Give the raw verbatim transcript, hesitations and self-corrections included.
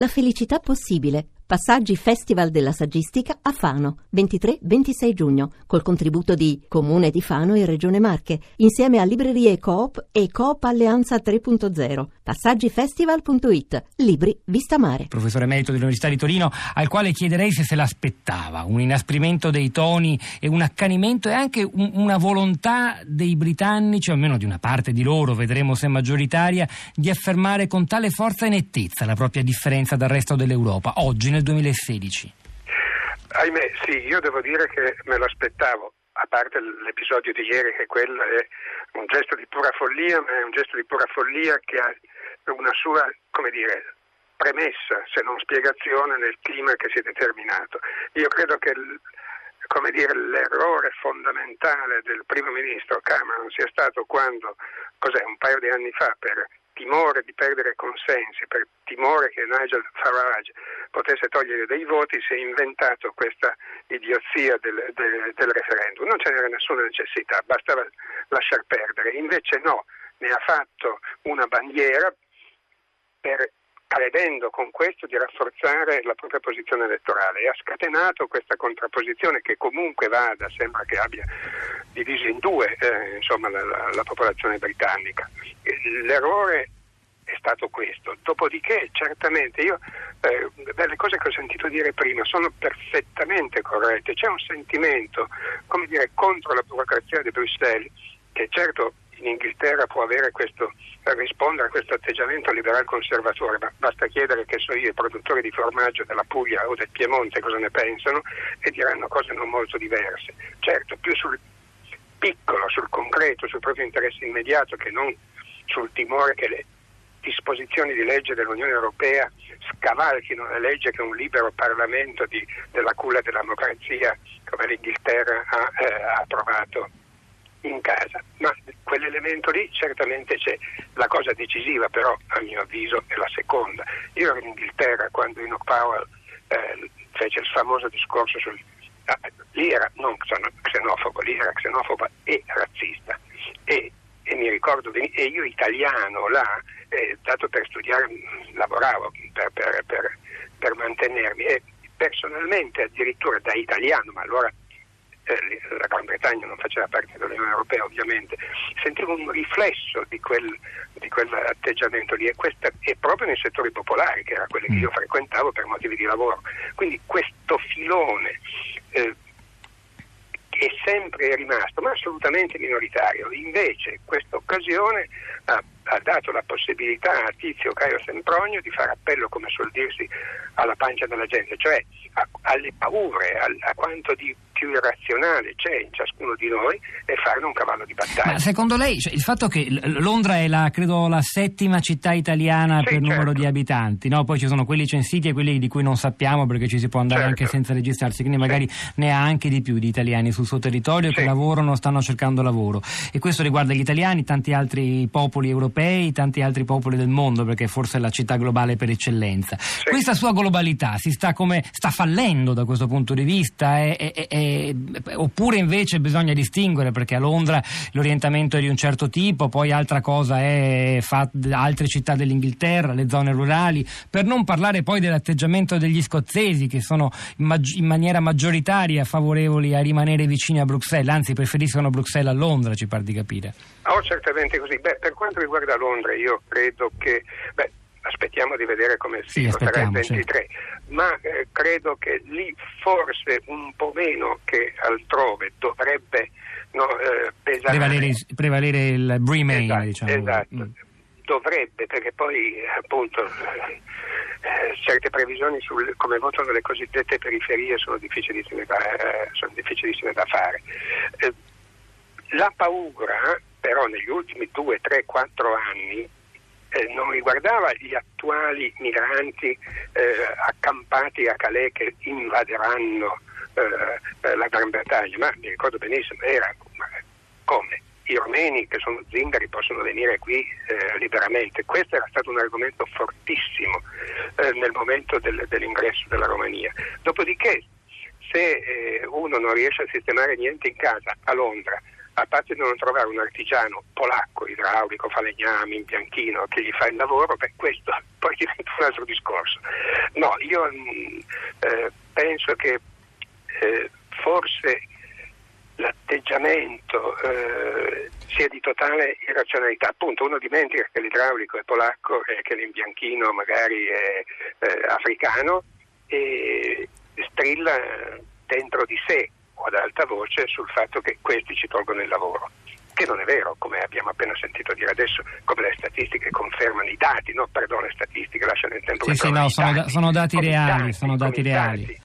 La felicità possibile. Passaggi Festival della Saggistica a Fano, ventitré ventisei giugno, col contributo di Comune di Fano e Regione Marche, insieme a Librerie Coop e Coop Alleanza tre punto zero. Passaggifestival punto it. Libri vista mare. Professore emerito dell'Università di Torino, al quale chiederei se se l'aspettava, un inasprimento dei toni e un accanimento e anche un, una volontà dei britannici, o almeno di una parte di loro, vedremo se maggioritaria, di affermare con tale forza e nettezza la propria differenza dal resto dell'Europa, oggi nel duemilasedici. Ahimè, sì, io devo dire che me lo aspettavo, a parte l'episodio di ieri, che quello è un gesto di pura follia, ma è un gesto di pura follia che ha una sua, come dire, premessa, se non spiegazione, nel clima che si è determinato. Io credo che, come dire, l'errore fondamentale del primo ministro Cameron sia stato quando, cos'è, un paio di anni fa, per timore di perdere consensi, per timore che Nigel Farage potesse togliere dei voti, si è inventato questa idiozia del, del, del referendum. Non ce n'era nessuna necessità, bastava lasciar perdere. Invece no, ne ha fatto una bandiera, per, credendo con questo di rafforzare la propria posizione elettorale, e ha scatenato questa contrapposizione che comunque vada, sembra che abbia diviso in due eh, insomma la, la, la popolazione britannica. L'errore è stato questo. Dopodiché certamente io eh, le cose che ho sentito dire prima sono perfettamente corrette. C'è un sentimento, come dire, contro la burocrazia di Bruxelles, che certo in Inghilterra può avere questo, rispondere a questo atteggiamento liberal conservatore, ma basta chiedere, che so io, i produttori di formaggio della Puglia o del Piemonte cosa ne pensano e diranno cose non molto diverse. Certo, più sul piccolo, sul concreto, sul proprio interesse immediato, che non sul timore che le disposizioni di legge dell'Unione Europea scavalchino la legge che un libero Parlamento di, della culla della democrazia come l'Inghilterra ha eh, approvato in casa. Ma quell'elemento lì certamente c'è. La cosa decisiva però, a mio avviso, è la seconda. Io ero in Inghilterra quando Enoch Powell eh, fece il famoso discorso sul ah, lì era non xenofobo, lì era xenofobo e razzista, e, e mi ricordo benissimo, e io italiano là, eh, dato per studiare, lavoravo per, per, per, per mantenermi, e personalmente addirittura da italiano, ma allora la Gran Bretagna non faceva parte dell'Unione Europea ovviamente, sentivo un riflesso di quel di quell'atteggiamento lì, e questa è proprio nei settori popolari, che era quelli che io frequentavo per motivi di lavoro. Quindi questo filone eh, è sempre rimasto, ma assolutamente minoritario. Invece questa occasione ha, ha dato la possibilità a Tizio Caio Sempronio di fare appello, come suol dirsi, alla pancia della gente, cioè a, alle paure, a, a quanto di più irrazionale c'è in ciascuno di noi, e farne un cavallo di battaglia. Ma secondo lei, cioè, il fatto che Londra è la, credo, la settima città italiana sì, per certo. numero di abitanti, no? Poi ci sono quelli censiti e quelli di cui non sappiamo, perché ci si può andare certo. anche senza registrarsi, quindi magari sì. ne ha anche di più di italiani sul suo territorio sì. che lavorano, stanno cercando lavoro, e questo riguarda gli italiani, tanti altri popoli europei, tanti altri popoli del mondo, perché forse è la città globale per eccellenza. Sì. Questa sua globalità si sta come sta fallendo da questo punto di vista, è, è, è, oppure invece bisogna distinguere, perché a Londra l'orientamento è di un certo tipo, poi altra cosa è fa, altre città dell'Inghilterra, le zone rurali, per non parlare poi dell'atteggiamento degli scozzesi, che sono in, mag- in maniera maggioritaria favorevoli a rimanere vicini a Bruxelles, anzi preferiscono Bruxelles a Londra, ci par di capire. Oh, certamente così. Beh, per quanto riguarda Londra, io credo che beh, aspettiamo di vedere come si sì, voterà il ventitré, certo. ma eh, credo che lì forse un po' meno che altrove dovrebbe no, eh, pesare prevalere, prevalere il Remain, esatto, diciamo. Esatto, mm. dovrebbe, perché poi appunto eh, certe previsioni sul come votano le cosiddette periferie sono difficilissime da, eh, sono difficilissime da fare. Eh, la paura però negli ultimi due, tre, quattro anni Eh, non riguardava gli attuali migranti eh, accampati a Calais che invaderanno eh, la Gran Bretagna, ma mi ricordo benissimo, era come i romeni che sono zingari possono venire qui eh, liberamente. Questo era stato un argomento fortissimo eh, nel momento del, dell'ingresso della Romania. Dopodiché, se eh, uno non riesce a sistemare niente in casa a Londra, a parte di non trovare un artigiano polacco, idraulico, falegname, imbianchino, che gli fa il lavoro, beh, questo poi diventa un altro discorso. No, io eh, penso che eh, forse l'atteggiamento eh, sia di totale irrazionalità. Appunto, uno dimentica che l'idraulico è polacco e che l'imbianchino magari è eh, africano e strilla dentro di sé o ad alta voce sul fatto che questi ci tolgono il lavoro, che non è vero, come abbiamo appena sentito dire adesso, come le statistiche confermano, i dati, no, perdono, le statistiche, lasciano il tempo sì, che sì, no, i sono, dati, da, sono dati come reali, dati, sono dati reali. Dati,